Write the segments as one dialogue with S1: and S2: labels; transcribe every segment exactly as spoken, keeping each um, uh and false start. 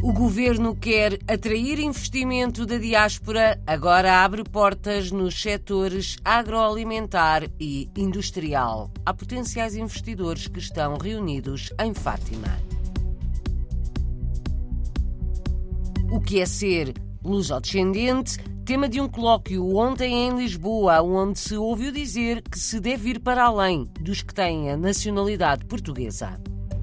S1: O governo quer atrair investimento da diáspora, agora abre portas nos setores agroalimentar e industrial. Há potenciais investidores que estão reunidos em Fátima. O que é ser lusodescendente? Tema de um colóquio ontem em Lisboa, onde se ouviu dizer que se deve ir para além dos que têm a nacionalidade portuguesa.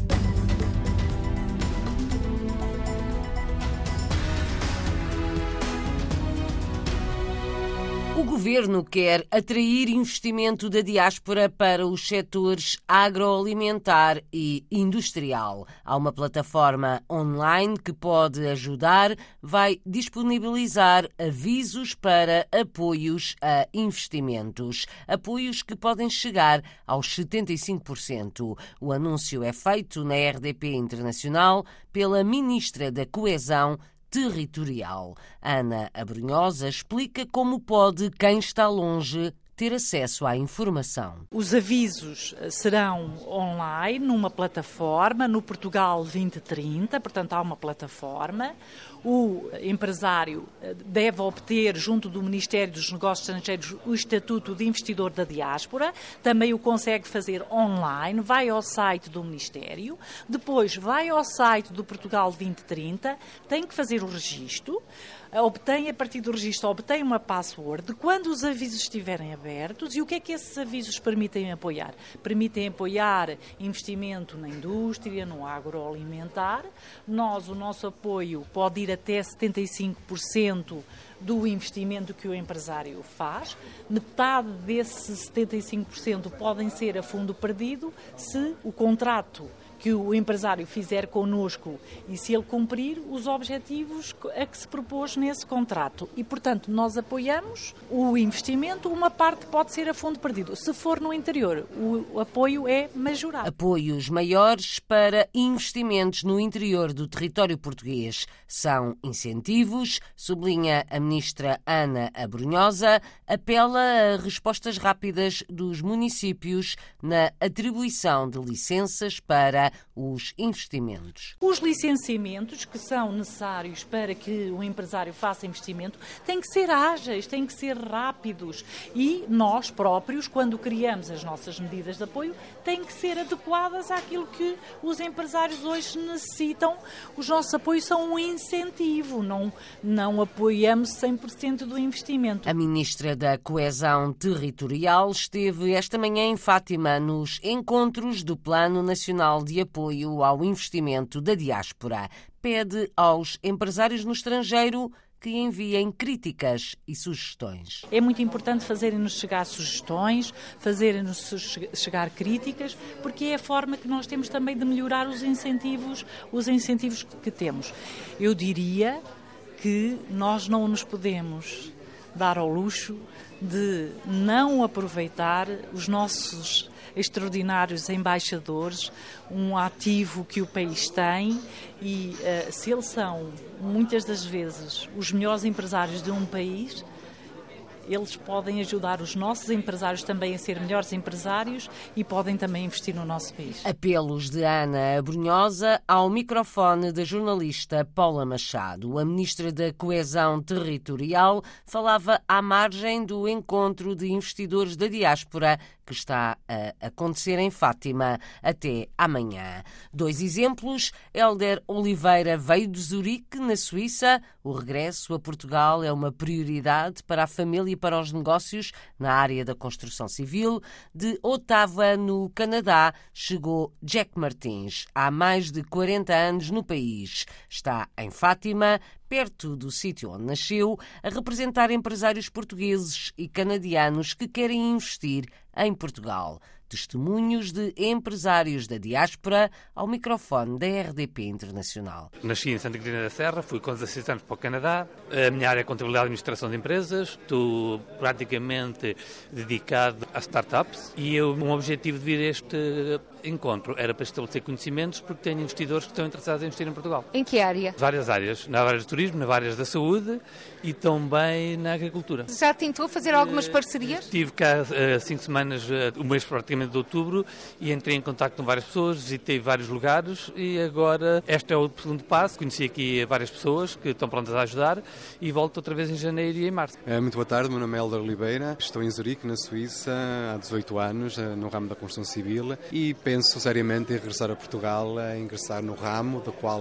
S1: O governo quer atrair investimento da diáspora para os setores agroalimentar e industrial. Há uma plataforma online que pode ajudar, vai disponibilizar avisos para apoios a investimentos. Apoios que podem chegar aos setenta e cinco por cento. O anúncio é feito na R D P Internacional pela Ministra da Coesão Territorial. Ana Abrunhosa explica como pode quem está longe ter acesso à informação.
S2: Os avisos serão online, numa plataforma, no Portugal vinte trinta, portanto há uma plataforma. O empresário deve obter, junto do Ministério dos Negócios Estrangeiros, o Estatuto de Investidor da Diáspora. Também o consegue fazer online, vai ao site do Ministério, depois vai ao site do Portugal vinte trinta, tem que fazer o registro, obtém, a partir do registro, obtém uma password. Quando os avisos estiverem abertos, e o que é que esses avisos permitem apoiar? Permitem apoiar investimento na indústria, no agroalimentar. Nós, o nosso apoio pode ir até setenta e cinco por cento do investimento que o empresário faz. Metade desses setenta e cinco por cento podem ser a fundo perdido se o contrato que o empresário fizer connosco e se ele cumprir os objetivos a que se propôs nesse contrato. E, portanto, nós apoiamos o investimento, uma parte pode ser a fundo perdido. Se for no interior, o apoio é majorado.
S1: Apoios maiores para investimentos no interior do território português. São incentivos, sublinha a ministra Ana Abrunhosa, apela a respostas rápidas dos municípios na atribuição de licenças para os investimentos.
S2: Os licenciamentos que são necessários para que o empresário faça investimento têm que ser ágeis, têm que ser rápidos e nós próprios, quando criamos as nossas medidas de apoio, têm que ser adequadas àquilo que os empresários hoje necessitam. Os nossos apoios são um incentivo, não, não apoiamos cem por cento do investimento.
S1: A ministra da Coesão Territorial esteve esta manhã em Fátima nos encontros do Plano Nacional de Apoio ao Investimento da Diáspora. Pede aos empresários no estrangeiro que enviem críticas e sugestões.
S2: É muito importante fazerem-nos chegar sugestões, fazerem-nos chegar críticas, porque é a forma que nós temos também de melhorar os incentivos, os incentivos que temos. Eu diria que nós não nos podemos dar ao luxo de não aproveitar os nossos extraordinários embaixadores, um ativo que o país tem e uh, se eles são, muitas das vezes, os melhores empresários de um país, eles podem ajudar os nossos empresários também a ser melhores empresários e podem também investir no nosso país.
S1: Apelos de Ana Abrunhosa ao microfone da jornalista Paula Machado. A ministra da Coesão Territorial falava à margem do encontro de investidores da diáspora que está a acontecer em Fátima até amanhã. Dois exemplos. Hélder Oliveira veio de Zurique, na Suíça. O regresso a Portugal é uma prioridade para a família e para os negócios na área da construção civil. De Ottawa, no Canadá, chegou Jack Martins. Há mais de quarenta anos no país. Está em Fátima, perto do sítio onde nasceu, a representar empresários portugueses e canadianos que querem investir em Portugal. Testemunhos de empresários da diáspora ao microfone da R D P Internacional.
S3: Nasci em Santa Catarina da Serra, fui com dezasseis anos para o Canadá. A minha área é contabilidade e administração de empresas. Estou praticamente dedicado a startups e eu, um objetivo de vir a este encontro era para estabelecer conhecimentos, porque tenho investidores que estão interessados em investir em Portugal.
S4: Em que área?
S3: Várias áreas, na área do turismo, na área da saúde e também na agricultura.
S4: Já tentou fazer algumas parcerias?
S3: Estive cá há cinco semanas, o mês praticamente de outubro, e entrei em contacto com várias pessoas, visitei vários lugares e agora este é o segundo passo. Conheci aqui várias pessoas que estão prontas a ajudar e volto outra vez em janeiro e em março.
S5: Muito boa tarde, meu nome é Helder Oliveira, estou em Zurique, na Suíça, há dezoito anos, no ramo da construção civil, e penso seriamente em regressar a Portugal, a ingressar no ramo do qual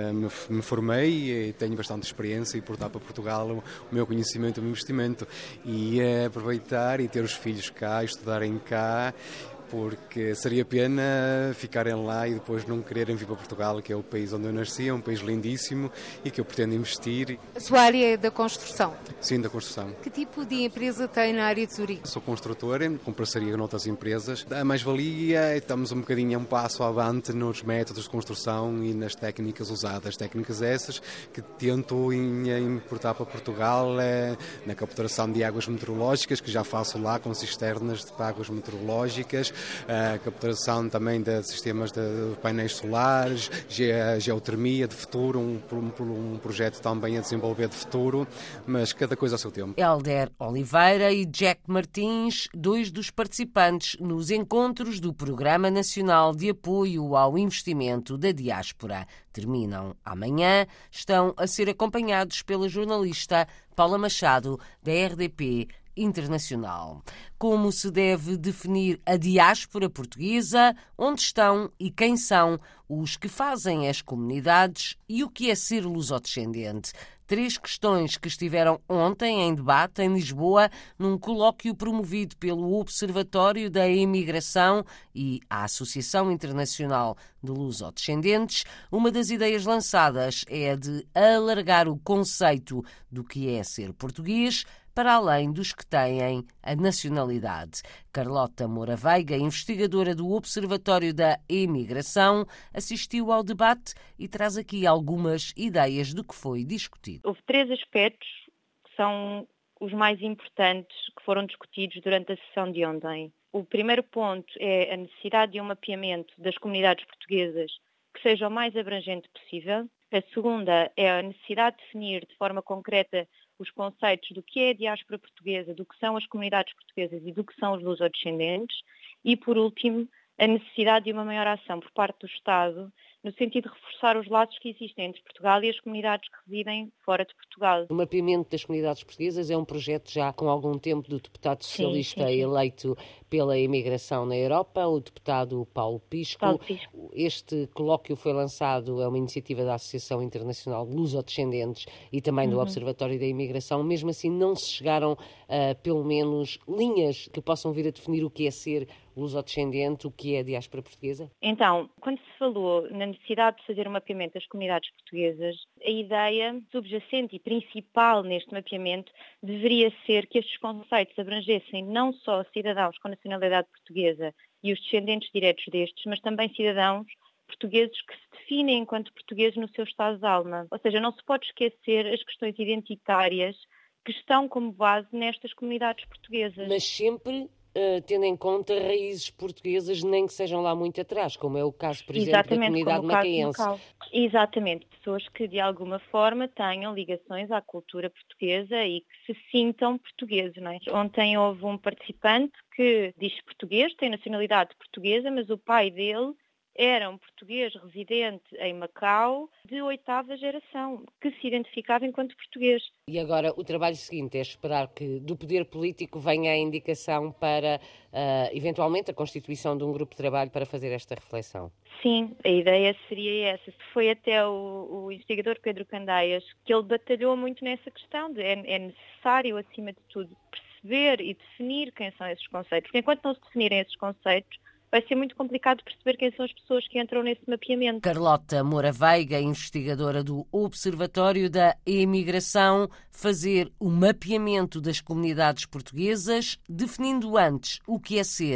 S5: me formei e tenho bastante experiência e portar para Portugal o meu conhecimento e o meu investimento e aproveitar e ter os filhos cá, estudarem cá, porque seria pena ficarem lá e depois não quererem vir para Portugal, que é o país onde eu nasci, é um país lindíssimo e que eu pretendo investir.
S4: A sua área é da construção?
S5: Sim, da construção.
S4: Que tipo de empresa tem na área de Zurique?
S5: Sou construtor, com parceria com outras empresas. A mais-valia, estamos um bocadinho a um passo avante nos métodos de construção e nas técnicas usadas. Técnicas essas que tento importar para Portugal na captação de águas meteorológicas, que já faço lá com cisternas de águas meteorológicas, a captação também de sistemas de painéis solares, geotermia de futuro, um, um, um projeto também a desenvolver de futuro, mas cada coisa ao seu tempo.
S1: Helder Oliveira e Jack Martins, dois dos participantes nos encontros do Programa Nacional de Apoio ao Investimento da Diáspora. Terminam amanhã, estão a ser acompanhados pela jornalista Paula Machado, da R D P Internacional. Como se deve definir a diáspora portuguesa, onde estão e quem são os que fazem as comunidades e o que é ser lusodescendente? Três questões que estiveram ontem em debate em Lisboa, num colóquio promovido pelo Observatório da Imigração e a Associação Internacional de Lusodescendentes. Uma das ideias lançadas é a de alargar o conceito do que é ser português para além dos que têm a nacionalidade. Carlota Moura Veiga, investigadora do Observatório da Imigração, assistiu ao debate e traz aqui algumas ideias do que foi discutido.
S6: Houve três aspectos que são os mais importantes que foram discutidos durante a sessão de ontem. O primeiro ponto é a necessidade de um mapeamento das comunidades portuguesas que seja o mais abrangente possível. A segunda é a necessidade de definir de forma concreta os conceitos do que é a diáspora portuguesa, do que são as comunidades portuguesas e do que são os lusodescendentes. E, por último, a necessidade de uma maior ação por parte do Estado no sentido de reforçar os laços que existem entre Portugal e as comunidades que residem fora de Portugal.
S1: O mapeamento das comunidades portuguesas é um projeto já com algum tempo do deputado socialista sim, sim, sim. eleito pela imigração na Europa, o deputado Paulo Pisco.
S6: Paulo Pisco.
S1: Este colóquio foi lançado, é uma iniciativa da Associação Internacional de Lusodescendentes e também do uhum. Observatório da Imigração. Mesmo assim, não se chegaram, uh, pelo menos, linhas que possam vir a definir o que é ser lusodescendente, o que é a diáspora portuguesa?
S6: Então, quando se falou na necessidade de fazer um mapeamento das comunidades portuguesas, a ideia subjacente e principal neste mapeamento deveria ser que estes conceitos abrangessem não só cidadãos com nacionalidade portuguesa e os descendentes diretos destes, mas também cidadãos portugueses que se definem enquanto portugueses no seu estado de alma. Ou seja, não se pode esquecer as questões identitárias que estão como base nestas comunidades portuguesas.
S1: Mas sempre Uh, tendo em conta raízes portuguesas, nem que sejam lá muito atrás, como é o caso, por exemplo,
S6: Exatamente,
S1: da comunidade macaense.
S6: Exatamente, pessoas que de alguma forma tenham ligações à cultura portuguesa e que se sintam portugueses. Não é? Ontem houve um participante que diz português, tem nacionalidade portuguesa, mas o pai dele era um português residente em Macau de oitava geração, que se identificava enquanto português.
S1: E agora o trabalho seguinte é esperar que do poder político venha a indicação para, uh, eventualmente, a constituição de um grupo de trabalho para fazer esta reflexão.
S6: Sim, a ideia seria essa. Foi até o, o investigador Pedro Candeias que ele batalhou muito nessa questão de é, é necessário, acima de tudo, perceber e definir quem são esses conceitos. Porque enquanto não se definirem esses conceitos, vai ser muito complicado perceber quem são as pessoas que entram nesse mapeamento.
S1: Carlota Moura Veiga, investigadora do Observatório da Imigração, fazer o mapeamento das comunidades portuguesas, definindo antes o que é ser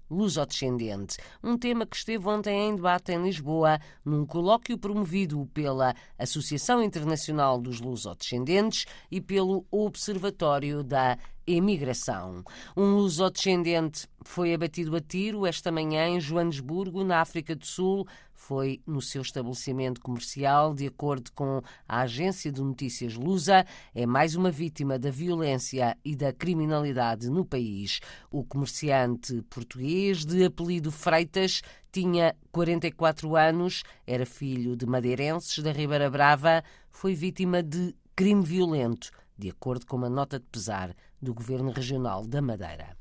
S1: lusodescendente, um tema que esteve ontem em debate em Lisboa, num colóquio promovido pela Associação Internacional dos Lusodescendentes e pelo Observatório da Emigração. Um lusodescendente foi abatido a tiro esta manhã em Joanesburgo, na África do Sul. Foi no seu estabelecimento comercial, de acordo com a agência de notícias Lusa. É mais uma vítima da violência e da criminalidade no país. O comerciante português, de apelido Freitas, tinha quarenta e quatro anos, era filho de madeirenses da Ribeira Brava, foi vítima de crime violento, de acordo com uma nota de pesar do Governo Regional da Madeira.